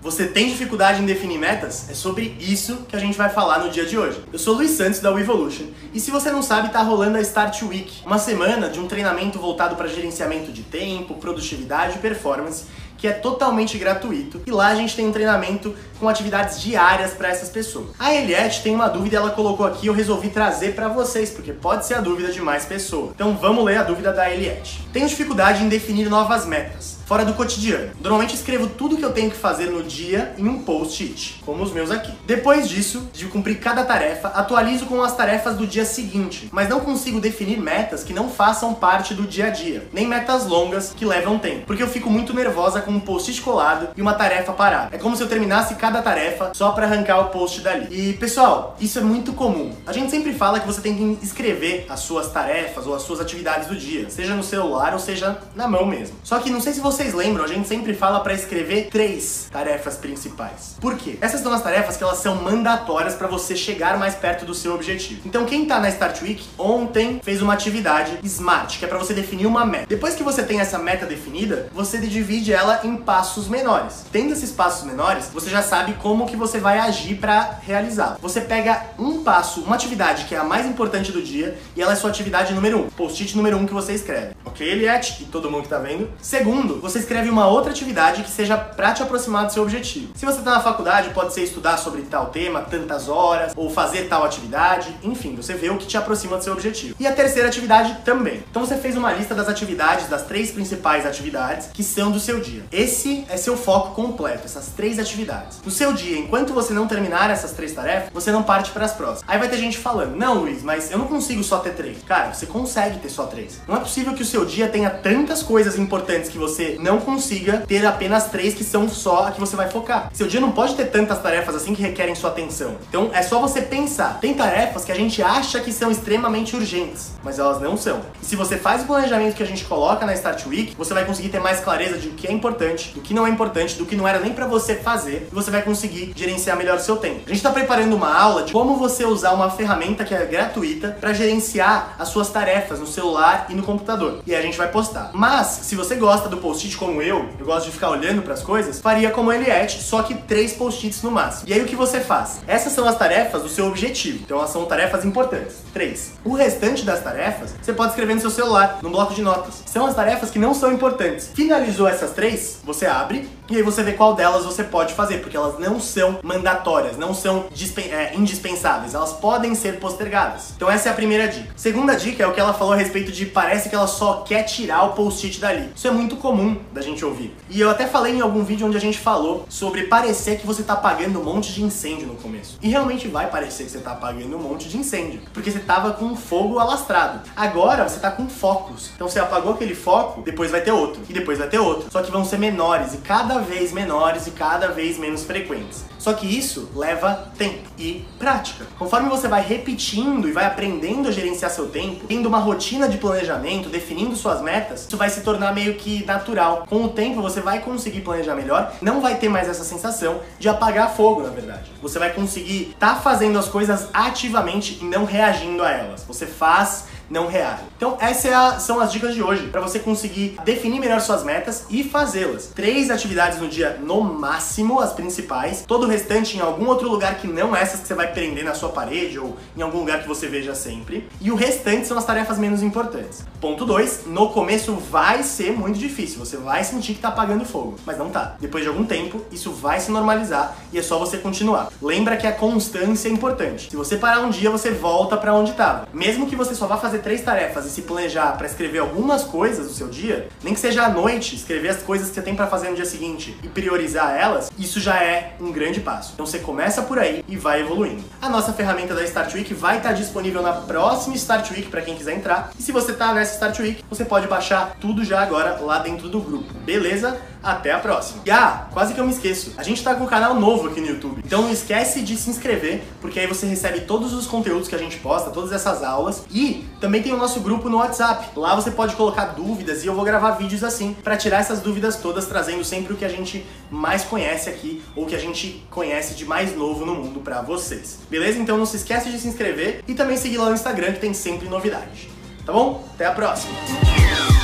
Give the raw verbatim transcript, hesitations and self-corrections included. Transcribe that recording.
Você tem dificuldade em definir metas? É sobre isso que a gente vai falar no dia de hoje. Eu sou Luiz Santos da Wevolution e se você não sabe, tá rolando a Start Week, uma semana de um treinamento voltado para gerenciamento de tempo, produtividade e performance, que é totalmente gratuito, e lá a gente tem um treinamento com atividades diárias para essas pessoas. A Eliette tem uma dúvida e ela colocou aqui, eu resolvi trazer para vocês, porque pode ser a dúvida de mais pessoas. Então vamos ler a dúvida da Eliette. Tenho dificuldade em definir novas metas, fora do cotidiano. Normalmente escrevo tudo que eu tenho que fazer no dia em um post-it, como os meus aqui. Depois disso, de cumprir cada tarefa, atualizo com as tarefas do dia seguinte, mas não consigo definir metas que não façam parte do dia a dia, nem metas longas que levam tempo, porque eu fico muito nervosa com um post-it colado e uma tarefa parada. É como se eu terminasse cada tarefa só para arrancar o post dali. E pessoal, isso é muito comum. A gente sempre fala que você tem que escrever as suas tarefas ou as suas atividades do dia, seja no celular ou seja na mão mesmo. Só que não sei se vocês lembram, a gente sempre fala para escrever três tarefas principais. Por quê? Essas são as tarefas que elas são mandatórias para você chegar mais perto do seu objetivo. Então quem tá na Start Week ontem fez uma atividade SMART, que é para você definir uma meta. Depois que você tem essa meta definida, você divide ela em passos menores. Tendo esses passos menores, você já sabe como que você vai agir para realizá-la. Você pega um passo, uma atividade que é a mais importante do dia e ela é sua atividade número um, post-it número um que você escreve. Ok, Eliette? E todo mundo que tá vendo? Segundo, você escreve uma outra atividade que seja para te aproximar do seu objetivo. Se você tá na faculdade, pode ser estudar sobre tal tema, tantas horas, ou fazer tal atividade, enfim, você vê o que te aproxima do seu objetivo. E a terceira atividade também. Então você fez uma lista das atividades, das três principais atividades que são do seu dia. Esse é seu foco completo, essas três atividades. No seu dia, enquanto você não terminar essas três tarefas, você não parte para as próximas. Aí vai ter gente falando, não Luiz, mas eu não consigo só ter três. Cara, você consegue ter só três. Não é possível que o seu dia tenha tantas coisas importantes que você não consiga ter apenas três que são só a que você vai focar. Seu dia não pode ter tantas tarefas assim que requerem sua atenção. Então é só você pensar. Tem tarefas que a gente acha que são extremamente urgentes, mas elas não são. E se você faz o planejamento que a gente coloca na Start Week, você vai conseguir ter mais clareza de o que é importante, do que não é importante, do que não era nem pra você fazer, e você vai conseguir gerenciar melhor o seu tempo. A gente tá preparando uma aula de como você usar uma ferramenta que é gratuita pra gerenciar as suas tarefas no celular e no computador. E aí a gente vai postar. Mas, se você gosta do post-it como eu, eu gosto de ficar olhando pras coisas, faria como a Eliette, só que três post-its no máximo. E aí o que você faz? Essas são as tarefas do seu objetivo. Então elas são tarefas importantes. Três. O restante das tarefas, você pode escrever no seu celular, num bloco de notas. São as tarefas que não são importantes. Finalizou essas três, você abre e aí você vê qual delas você pode fazer, porque elas não são mandatórias, não são é, indispensáveis, elas podem ser postergadas. Então essa é a primeira dica. Segunda dica é o que ela falou a respeito de parece que ela só quer tirar o post-it dali. Isso é muito comum da gente ouvir. E eu até falei em algum vídeo onde a gente falou sobre parecer que você tá apagando um monte de incêndio no começo. E realmente vai parecer que você tá apagando um monte de incêndio, porque você tava com fogo alastrado. Agora você tá com focos. Então você apagou aquele foco, depois vai ter outro, e depois vai ter outro. Só que vão ser menores, e cada vez menores e cada vez menos frequentes. Só que isso leva tempo e prática. Conforme você vai repetindo e vai aprendendo a gerenciar seu tempo, tendo uma rotina de planejamento, definindo suas metas, isso vai se tornar meio que natural. Com o tempo você vai conseguir planejar melhor, não vai ter mais essa sensação de apagar fogo, na verdade. Você vai conseguir estar tá fazendo as coisas ativamente e não reagindo a elas. Você faz, não reage. Então essas é a, são as dicas de hoje, para você conseguir definir melhor suas metas e fazê-las. Três atividades no dia no máximo, as principais, todo o restante em algum outro lugar que não essas que você vai prender na sua parede ou em algum lugar que você veja sempre. E o restante são as tarefas menos importantes. Ponto dois, no começo vai ser muito difícil, você vai sentir que tá apagando fogo, mas não tá. Depois de algum tempo, isso vai se normalizar e é só você continuar. Lembra que a constância é importante. Se você parar um dia, você volta para onde estava. Mesmo que você só vá fazer três tarefas e se planejar para escrever algumas coisas do seu dia, nem que seja à noite, escrever as coisas que você tem para fazer no dia seguinte e priorizar elas, isso já é um grande passo. Então você começa por aí e vai evoluindo. A nossa ferramenta da Start Week vai estar disponível na próxima Start Week para quem quiser entrar. E se você tá nessa Start Week, você pode baixar tudo já agora lá dentro do grupo. Beleza? Até a próxima. E ah, quase que eu me esqueço. A gente tá com um canal novo aqui no YouTube. Então não esquece de se inscrever, porque aí você recebe todos os conteúdos que a gente posta, todas essas aulas. E também tem o nosso grupo no WhatsApp. Lá você pode colocar dúvidas e eu vou gravar vídeos assim para tirar essas dúvidas todas, trazendo sempre o que a gente mais conhece aqui ou que a gente conhece de mais novo no mundo para vocês. Beleza? Então não se esquece de se inscrever e também seguir lá no Instagram que tem sempre novidade. Tá bom? Até a próxima!